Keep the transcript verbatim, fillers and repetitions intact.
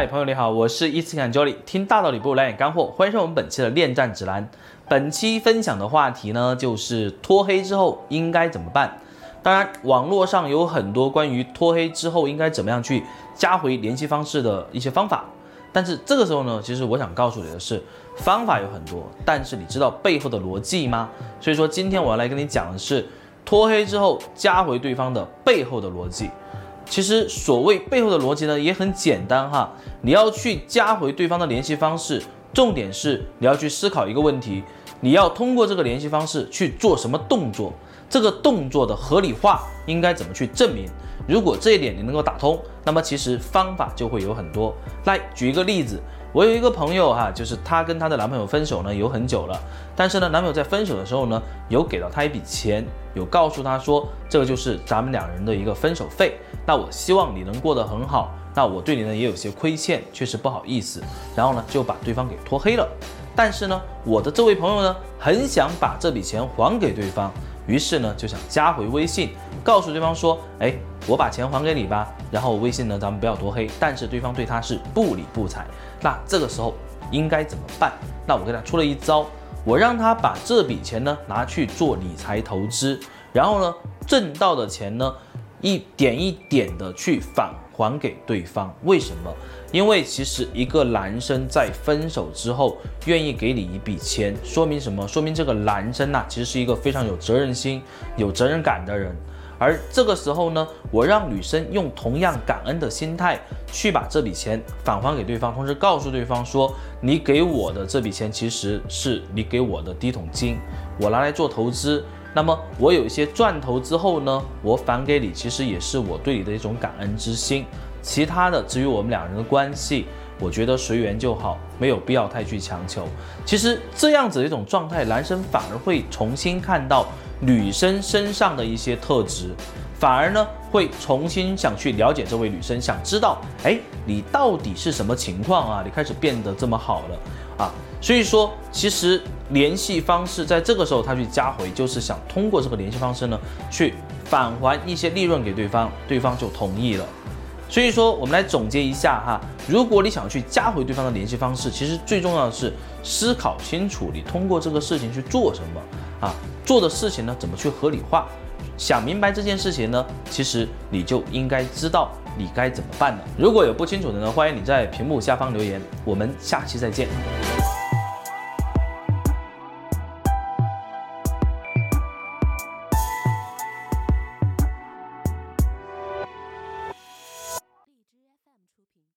嗨，朋友你好，我是一次看 Jolly， 听大道理不如来点干货，欢迎收看我们本期的恋战指南。本期分享的话题呢，就是脱黑之后应该怎么办。当然，网络上有很多关于脱黑之后应该怎么样去加回联系方式的一些方法，但是这个时候呢，其实我想告诉你的是，方法有很多，但是你知道背后的逻辑吗？所以说，今天我要来跟你讲的是脱黑之后加回对方的背后的逻辑。其实所谓背后的逻辑呢，也很简单哈。你要去加回对方的联系方式，重点是你要去思考一个问题：你要通过这个联系方式去做什么动作？这个动作的合理化应该怎么去证明？如果这一点你能够打通，那么其实方法就会有很多。来举一个例子，我有一个朋友哈，就是她跟她的男朋友分手呢有很久了，但是呢，男朋友在分手的时候呢，有给到她一笔钱，有告诉她说，这个就是咱们两人的一个分手费。那我希望你能过得很好，那我对你呢也有些亏欠，确实不好意思。然后呢，就把对方给脱黑了。但是呢，我的这位朋友呢，很想把这笔钱还给对方，于是呢，就想加回微信，告诉对方说，哎，我把钱还给你吧，然后微信呢，咱们不要脱黑。但是对方对他是不理不睬，那这个时候应该怎么办？那我给他出了一招，我让他把这笔钱呢拿去做理财投资，然后呢，挣到的钱呢，一点一点的去返还给对方。为什么？因为其实一个男生在分手之后愿意给你一笔钱，说明什么？说明这个男生呐、啊，其实是一个非常有责任心、有责任感的人。而这个时候呢，我让女生用同样感恩的心态去把这笔钱返还给对方，同时告诉对方说，你给我的这笔钱其实是你给我的第一桶金，我拿来做投资。那么我有一些赚头之后呢，我返给你，其实也是我对你的一种感恩之心。其他的，至于我们两人的关系，我觉得随缘就好，没有必要太去强求。其实这样子的一种状态，男生反而会重新看到女生身上的一些特质，反而呢会重新想去了解这位女生，想知道，哎，你到底是什么情况啊？你开始变得这么好了啊？所以说，其实联系方式在这个时候他去加回，就是想通过这个联系方式呢，去返还一些利润给对方，对方就同意了。所以说，我们来总结一下哈，如果你想去加回对方的联系方式，其实最重要的是思考清楚，你通过这个事情去做什么啊，做的事情呢怎么去合理化，想明白这件事情呢，其实你就应该知道你该怎么办了。如果有不清楚的呢，欢迎你在屏幕下方留言，我们下期再见。